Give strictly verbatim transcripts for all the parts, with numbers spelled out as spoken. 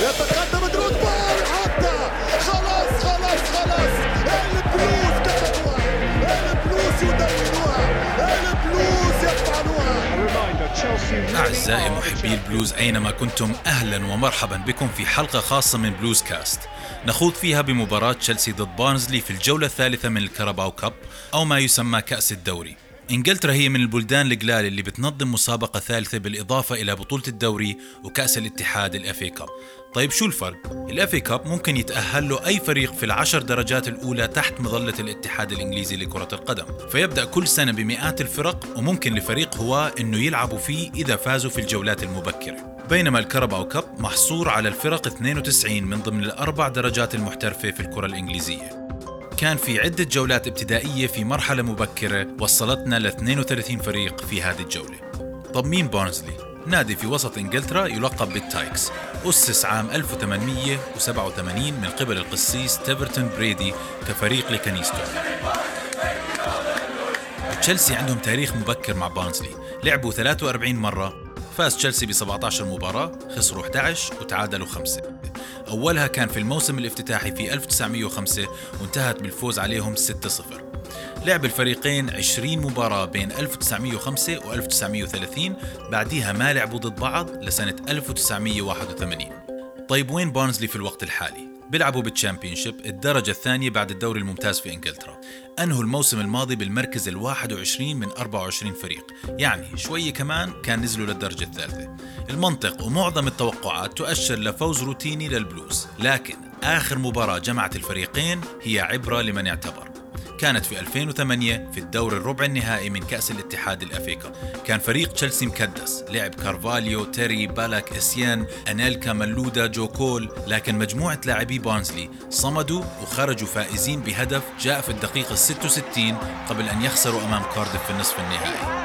يتقدم دروجبا حتى خلاص خلاص خلاص البلوز كتبوها، البلوز يدونوها، البلوز يفعلوها. أعزائي محبي البلوز أينما كنتم، أهلا ومرحبا بكم في حلقة خاصة من بلوز كاست نخوض فيها بمباراة تشيلسي ضد بارنزلي في الجولة الثالثة من الكاراباو كاب أو ما يسمى كأس الدوري. إنجلترا هي من البلدان القلال اللي بتنظم مسابقة ثالثة بالإضافة إلى بطولة الدوري وكأس الاتحاد الأف اي كاب. طيب شو الفرق؟ الأف اي كاب ممكن يتأهل له أي فريق في العشر درجات الأولى تحت مظلة الاتحاد الإنجليزي لكرة القدم، فيبدأ كل سنة بمئات الفرق وممكن لفريق هو إنه يلعبوا فيه إذا فازوا في الجولات المبكرة. بينما الكاراباو كاب محصور على الفرق اثنين وتسعين من ضمن الأربع درجات المحترفة في الكرة الإنجليزية. كان في عدة جولات ابتدائية في مرحلة مبكرة وصلتنا ل اثنين وثلاثين فريق في هذه الجولة. طب مين بارنزلي؟ نادي في وسط إنجلترا يلقب بالتايكس، أسس عام ألف وثمانمئة وسبعة وثمانين من قبل القسيس تيفرتون بريدي كفريق لكنيسته. تشيلسي عندهم تاريخ مبكر مع بارنزلي، لعبوا ثلاثة وأربعين مرة، فاز تشيلسي ب سبعة عشر مباراة، خسروا أحد عشر وتعادلوا خمسة. أولها كان في الموسم الافتتاحي في ألف وتسعمئة وخمسة وانتهت بالفوز عليهم ستة صفر. لعب الفريقين عشرين مباراة بين ألف وتسعمئة وخمسة و ألف وتسعمئة وثلاثين، بعديها ما لعبوا ضد بعض لسنة ألف وتسعمئة وواحد وثمانين. طيب وين بارنزلي في الوقت الحالي؟ بيلعبوا بالتشامبيونشيب الدرجة الثانية بعد الدوري الممتاز في إنجلترا. أنهوا الموسم الماضي بالمركز الواحد وعشرين من أربعة وعشرين فريق، يعني شوية كمان كان نزلوا للدرجة الثالثة. المنطق ومعظم التوقعات تؤشر لفوز روتيني للبلوز، لكن آخر مباراة جمعت الفريقين هي عبرة لمن اعتبر. كانت في ألفين وثمانية في الدور الربع النهائي من كأس الاتحاد الأف اي كاب. كان فريق تشيلسي مكدس، لعب كارفاليو، تيري، بالاك، اسيان، انيلكا، ملودا، جو كول، لكن مجموعة لاعبي بارنزلي صمدوا وخرجوا فائزين بهدف جاء في الدقيقة الستة وستين قبل أن يخسروا أمام كارديف في النصف النهائي.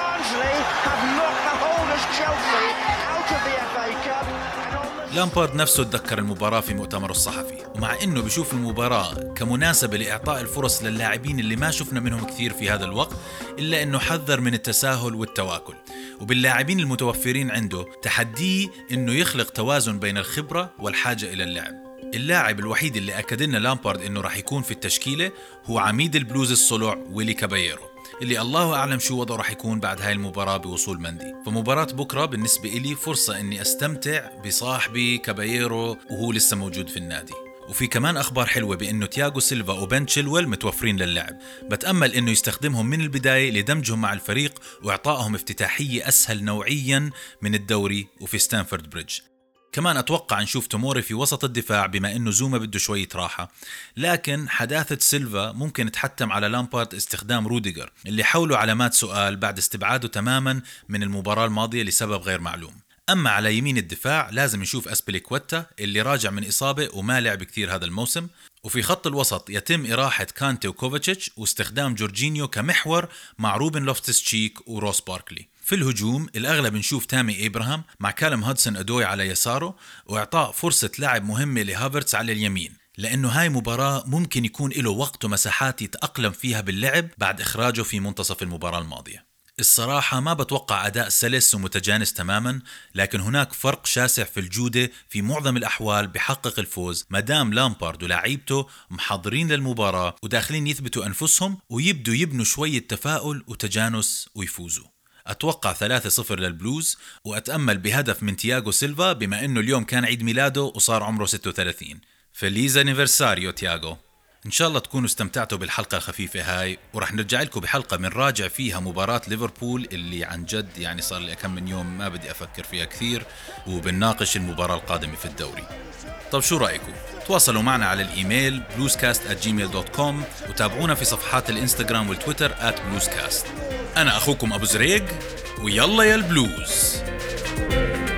لامبارد نفسه تذكر المباراة في مؤتمره الصحفي، ومع انه بيشوف المباراة كمناسبة لإعطاء الفرص للاعبين اللي ما شفنا منهم كثير في هذا الوقت، إلا انه حذر من التساهل والتواكل، وباللاعبين المتوفرين عنده تحديه انه يخلق توازن بين الخبرة والحاجة إلى اللعب. اللاعب الوحيد اللي أكد لنا لامبارد انه راح يكون في التشكيلة هو عميد البلوز الصلع ويلي كاباييرو، اللي الله أعلم شو وضعه راح يكون بعد هاي المباراة بوصول مندي. فمباراة بكرة بالنسبة إلي فرصة إني أستمتع بصاحبي كاباييرو وهو لسه موجود في النادي. وفي كمان أخبار حلوة بأنه تياغو سيلفا وبن تشيلويل متوفرين للعب، بتأمل إنه يستخدمهم من البداية لدمجهم مع الفريق وإعطائهم افتتاحية أسهل نوعيا من الدوري وفي ستانفورد بريدج. كمان أتوقع نشوف توموري في وسط الدفاع بما إنه زوما بده شوية راحة، لكن حداثة سيلفا ممكن تحتم على لامبارد استخدام روديغر اللي حوله علامات سؤال بعد استبعاده تماما من المباراة الماضية لسبب غير معلوم. أما على يمين الدفاع لازم نشوف أسبيليكويتا اللي راجع من إصابة وما لعب كثير هذا الموسم، وفي خط الوسط يتم إراحة كانتي وكوفاتشيتش واستخدام جورجينيو كمحور مع روبن لوفتس تشيك وروس باركلي. في الهجوم الأغلب نشوف تامي إبراهام مع كالم هودسون أدوي على يساره، وإعطاء فرصة لعب مهمة لهافرتس على اليمين، لأنه هاي مباراة ممكن يكون له وقت ومساحات يتأقلم فيها باللعب بعد إخراجه في منتصف المباراة الماضية. الصراحة ما بتوقع أداء سلس ومتجانس تماما، لكن هناك فرق شاسع في الجودة في معظم الأحوال بحقق الفوز مادام لامبارد ولاعيبته محضرين للمباراة وداخلين يثبتوا أنفسهم ويبدوا يبنوا شوية تفاؤل وتجانس ويفوزوا. أتوقع ثلاثة صفر للبلوز، وأتأمل بهدف من تياغو سيلفا بما أنه اليوم كان عيد ميلاده وصار عمره ستة وثلاثين. فليز انيفرساريو تياغو. إن شاء الله تكونوا استمتعتوا بالحلقة الخفيفة هاي، ورح نرجع لكم بحلقة من راجع فيها مباراة ليفربول اللي عن جد يعني صار لي كم من يوم ما بدي أفكر فيها كثير، وبنناقش المباراة القادمة في الدوري. طب شو رأيكم؟ تواصلوا معنا على الإيميل bluescast at gmail dot com وتابعونا في صفحات الإنستغرام والتويتر at bluescast. أنا أخوكم أبو زريق، ويلا يا البلوز.